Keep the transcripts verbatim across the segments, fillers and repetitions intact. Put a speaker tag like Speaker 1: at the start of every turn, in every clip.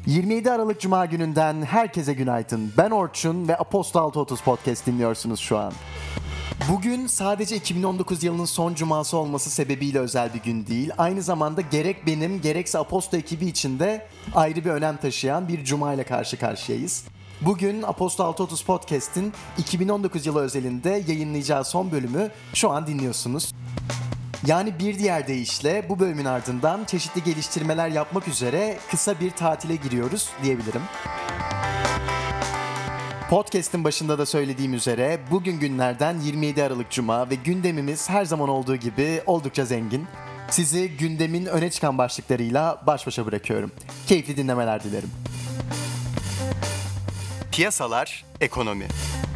Speaker 1: yirmi yedi Aralık Cuma gününden herkese günaydın. Ben Orçun ve Apostol altı otuz Podcast dinliyorsunuz şu an. Bugün sadece iki bin on dokuz yılının son cuması olması sebebiyle özel bir gün değil. Aynı zamanda gerek benim gerekse Apostol ekibi için de ayrı bir önem taşıyan bir cuma ile karşı karşıyayız. Bugün Apostol altı otuz Podcast'in iki bin on dokuz yılı özelinde yayınlayacağı son bölümü şu an dinliyorsunuz. Yani bir diğer deyişle bu bölümün ardından çeşitli geliştirmeler yapmak üzere kısa bir tatile giriyoruz diyebilirim. Podcast'in başında da söylediğim üzere bugün günlerden yirmi yedi Aralık Cuma ve gündemimiz her zaman olduğu gibi oldukça zengin. Sizi gündemin öne çıkan başlıklarıyla baş başa bırakıyorum. Keyifli dinlemeler dilerim. Piyasalar, ekonomi.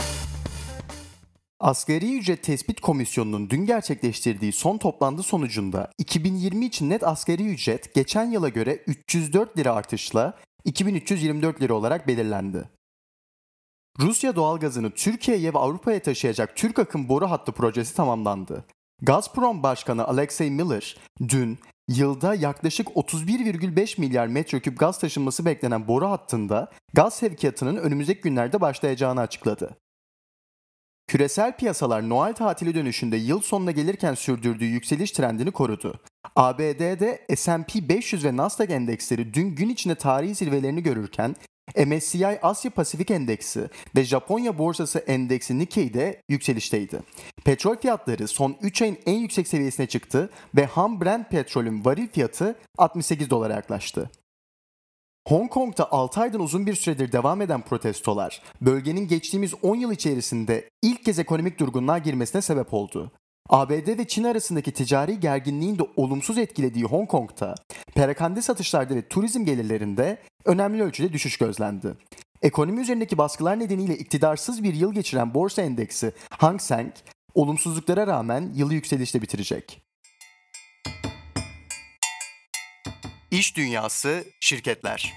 Speaker 1: Asgari Ücret Tespit Komisyonu'nun dün gerçekleştirdiği son toplantı sonucunda iki bin yirmi için net asgari ücret geçen yıla göre üç yüz dört lira artışla iki bin üç yüz yirmi dört lira olarak belirlendi. Rusya doğalgazını Türkiye'ye ve Avrupa'ya taşıyacak Türk Akım boru hattı projesi tamamlandı. Gazprom Başkanı Alexey Miller dün yılda yaklaşık otuz bir virgül beş milyar metreküp gaz taşınması beklenen boru hattında gaz sevkiyatının önümüzdeki günlerde başlayacağını açıkladı. Küresel piyasalar Noel tatili dönüşünde yıl sonuna gelirken sürdürdüğü yükseliş trendini korudu. A B D'de S and P beş yüz ve Nasdaq endeksleri dün gün içinde tarihi zirvelerini görürken M S C I Asya Pasifik Endeksi ve Japonya Borsası Endeksi Nikkei'de yükselişteydi. Petrol fiyatları son üç ayın en yüksek seviyesine çıktı ve ham Brent petrolün varil fiyatı altmış sekiz dolara yaklaştı. Hong Kong'da altı aydan uzun bir süredir devam eden protestolar, bölgenin geçtiğimiz on yıl içerisinde ilk kez ekonomik durgunluğa girmesine sebep oldu. A B D ve Çin arasındaki ticari gerginliğin de olumsuz etkilediği Hong Kong'da, perakende satışlarda ve turizm gelirlerinde önemli ölçüde düşüş gözlendi. Ekonomi üzerindeki baskılar nedeniyle iktidarsız bir yıl geçiren borsa endeksi Hang Seng, olumsuzluklara rağmen yılı yükselişle bitirecek. İş dünyası, şirketler.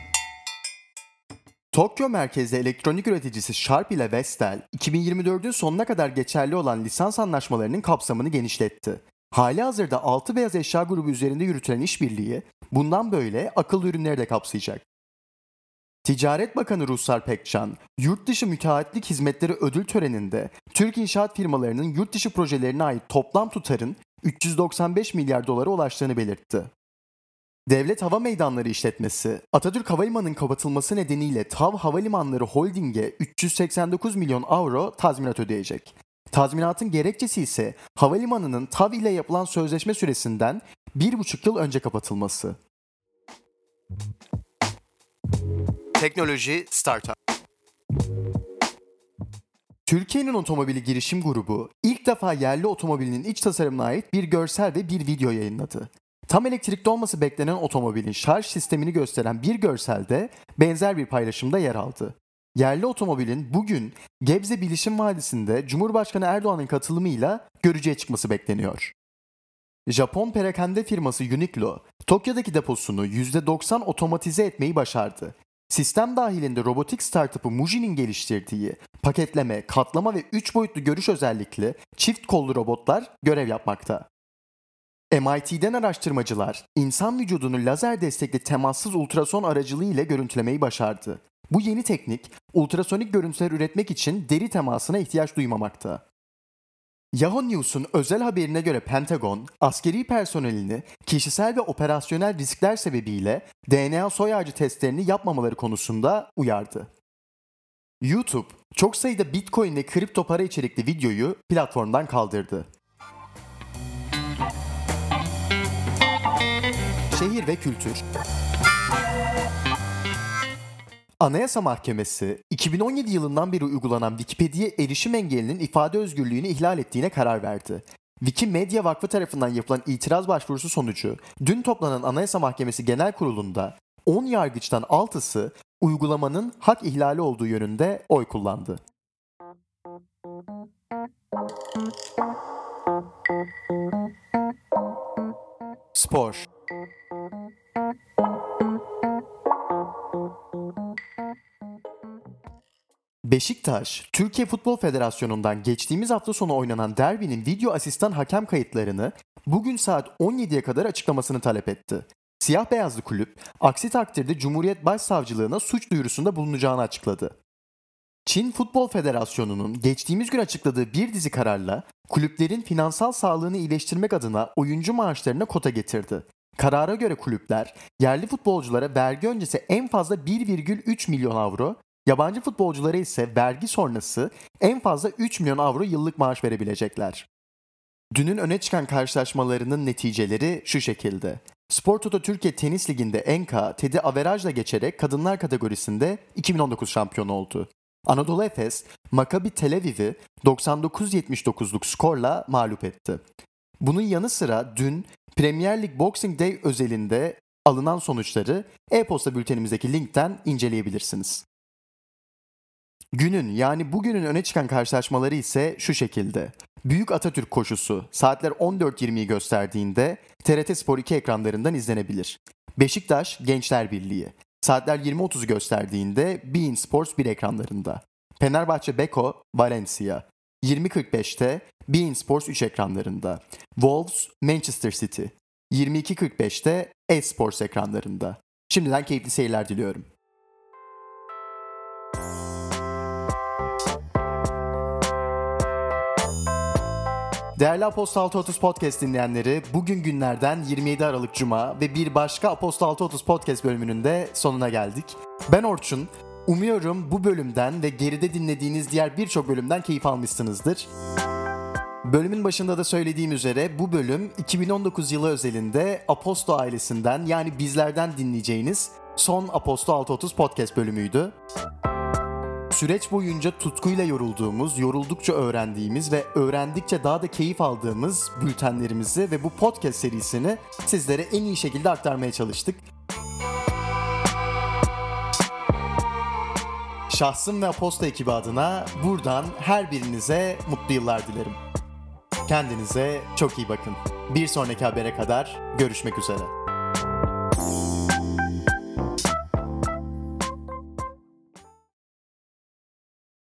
Speaker 1: Tokyo merkezli elektronik üreticisi Sharp ile Vestel, iki bin yirmi dördün sonuna kadar geçerli olan lisans anlaşmalarının kapsamını genişletti. Halihazırda altı beyaz eşya grubu üzerinde yürütülen işbirliği, bundan böyle akıllı ürünleri de kapsayacak. Ticaret Bakanı Ruslar Pekcan, yurt dışı müteahhitlik hizmetleri ödül töreninde Türk inşaat firmalarının yurt dışı projelerine ait toplam tutarın üç yüz doksan beş milyar dolara ulaştığını belirtti. Devlet Hava Meydanları İşletmesi, Atatürk Havalimanı'nın kapatılması nedeniyle TAV Havalimanları Holding'e üç yüz seksen dokuz milyon avro tazminat ödeyecek. Tazminatın gerekçesi ise havalimanının TAV ile yapılan sözleşme süresinden bir buçuk yıl önce kapatılması. Teknoloji Startup. Türkiye'nin otomobili girişim grubu ilk defa yerli otomobilinin iç tasarımına ait bir görsel ve bir video yayınladı. Tam elektrikli olması beklenen otomobilin şarj sistemini gösteren bir görselde benzer bir paylaşımda yer aldı. Yerli otomobilin bugün Gebze Bilişim Vadisi'nde Cumhurbaşkanı Erdoğan'ın katılımıyla görücüye çıkması bekleniyor. Japon perakende firması Uniqlo, Tokyo'daki deposunu yüzde doksan otomatize etmeyi başardı. Sistem dahilinde robotik startup'ı Muji'nin geliştirdiği paketleme, katlama ve üç boyutlu görüş özellikli çift kollu robotlar görev yapmakta. M I T'den araştırmacılar, insan vücudunu lazer destekli temassız ultrason aracılığı ile görüntülemeyi başardı. Bu yeni teknik, ultrasonik görüntüler üretmek için deri temasına ihtiyaç duymamakta. Yahoo News'un özel haberine göre Pentagon, askeri personelini kişisel ve operasyonel riskler sebebiyle D N A soy ağacı testlerini yapmamaları konusunda uyardı. YouTube, çok sayıda Bitcoin ve kripto para içerikli videoyu platformdan kaldırdı. Şehir ve kültür. Anayasa Mahkemesi, iki bin on yedi yılından beri uygulanan Wikipedia erişim engelinin ifade özgürlüğünü ihlal ettiğine karar verdi. Wikimedia Vakfı tarafından yapılan itiraz başvurusu sonucu, dün toplanan Anayasa Mahkemesi Genel Kurulu'nda on yargıçtan altısı uygulamanın hak ihlali olduğu yönünde oy kullandı. Spor. Beşiktaş, Türkiye Futbol Federasyonu'ndan geçtiğimiz hafta sonu oynanan derbinin video asistan hakem kayıtlarını bugün saat on yediye kadar açıklamasını talep etti. Siyah beyazlı kulüp, aksi takdirde Cumhuriyet Başsavcılığına suç duyurusunda bulunacağını açıkladı. Çin Futbol Federasyonu'nun geçtiğimiz gün açıkladığı bir dizi kararla kulüplerin finansal sağlığını iyileştirmek adına oyuncu maaşlarına kota getirdi. Karara göre kulüpler yerli futbolculara vergi öncesi en fazla bir virgül üç milyon avro, yabancı futbolculara ise vergi sonrası en fazla üç milyon avro yıllık maaş verebilecekler. Dünün öne çıkan karşılaşmalarının neticeleri şu şekilde. Spor Toto Türkiye Tenis Ligi'nde Enka, Teddy Averaj'la geçerek kadınlar kategorisinde iki bin on dokuz şampiyonu oldu. Anadolu Efes, Maccabi Tel Aviv'i doksan dokuz yetmiş dokuzluk skorla mağlup etti. Bunun yanı sıra dün Premier Lig Boxing Day özelinde alınan sonuçları e-posta bültenimizdeki linkten inceleyebilirsiniz. Günün yani bugünün öne çıkan karşılaşmaları ise şu şekilde. Büyük Atatürk koşusu saatler on dört yirmiyi gösterdiğinde T R T Spor iki ekranlarından izlenebilir. Beşiktaş Gençler Birliği saatler yirmi otuzu gösterdiğinde beIN Sports bir ekranlarında. Fenerbahçe Beko Valencia yirmi kırk beşte beIN Sports üç ekranlarında. Wolves Manchester City yirmi iki kırk beşte e-Sports ekranlarında. Şimdiden keyifli seyirler diliyorum. Değerli Aposto altı otuz Podcast dinleyenleri, bugün günlerden yirmi yedi Aralık Cuma ve bir başka Aposto altı otuz Podcast bölümünün de sonuna geldik. Ben Orçun, umuyorum bu bölümden ve geride dinlediğiniz diğer birçok bölümden keyif almışsınızdır. Bölümün başında da söylediğim üzere bu bölüm iki bin on dokuz yılı özelinde Aposto ailesinden yani bizlerden dinleyeceğiniz son Aposto altı otuz Podcast bölümüydü. Süreç boyunca tutkuyla yorulduğumuz, yoruldukça öğrendiğimiz ve öğrendikçe daha da keyif aldığımız bültenlerimizi ve bu podcast serisini sizlere en iyi şekilde aktarmaya çalıştık. Şahsım ve Aposto ekibi adına buradan her birinize mutlu yıllar dilerim. Kendinize çok iyi bakın. Bir sonraki habere kadar görüşmek üzere.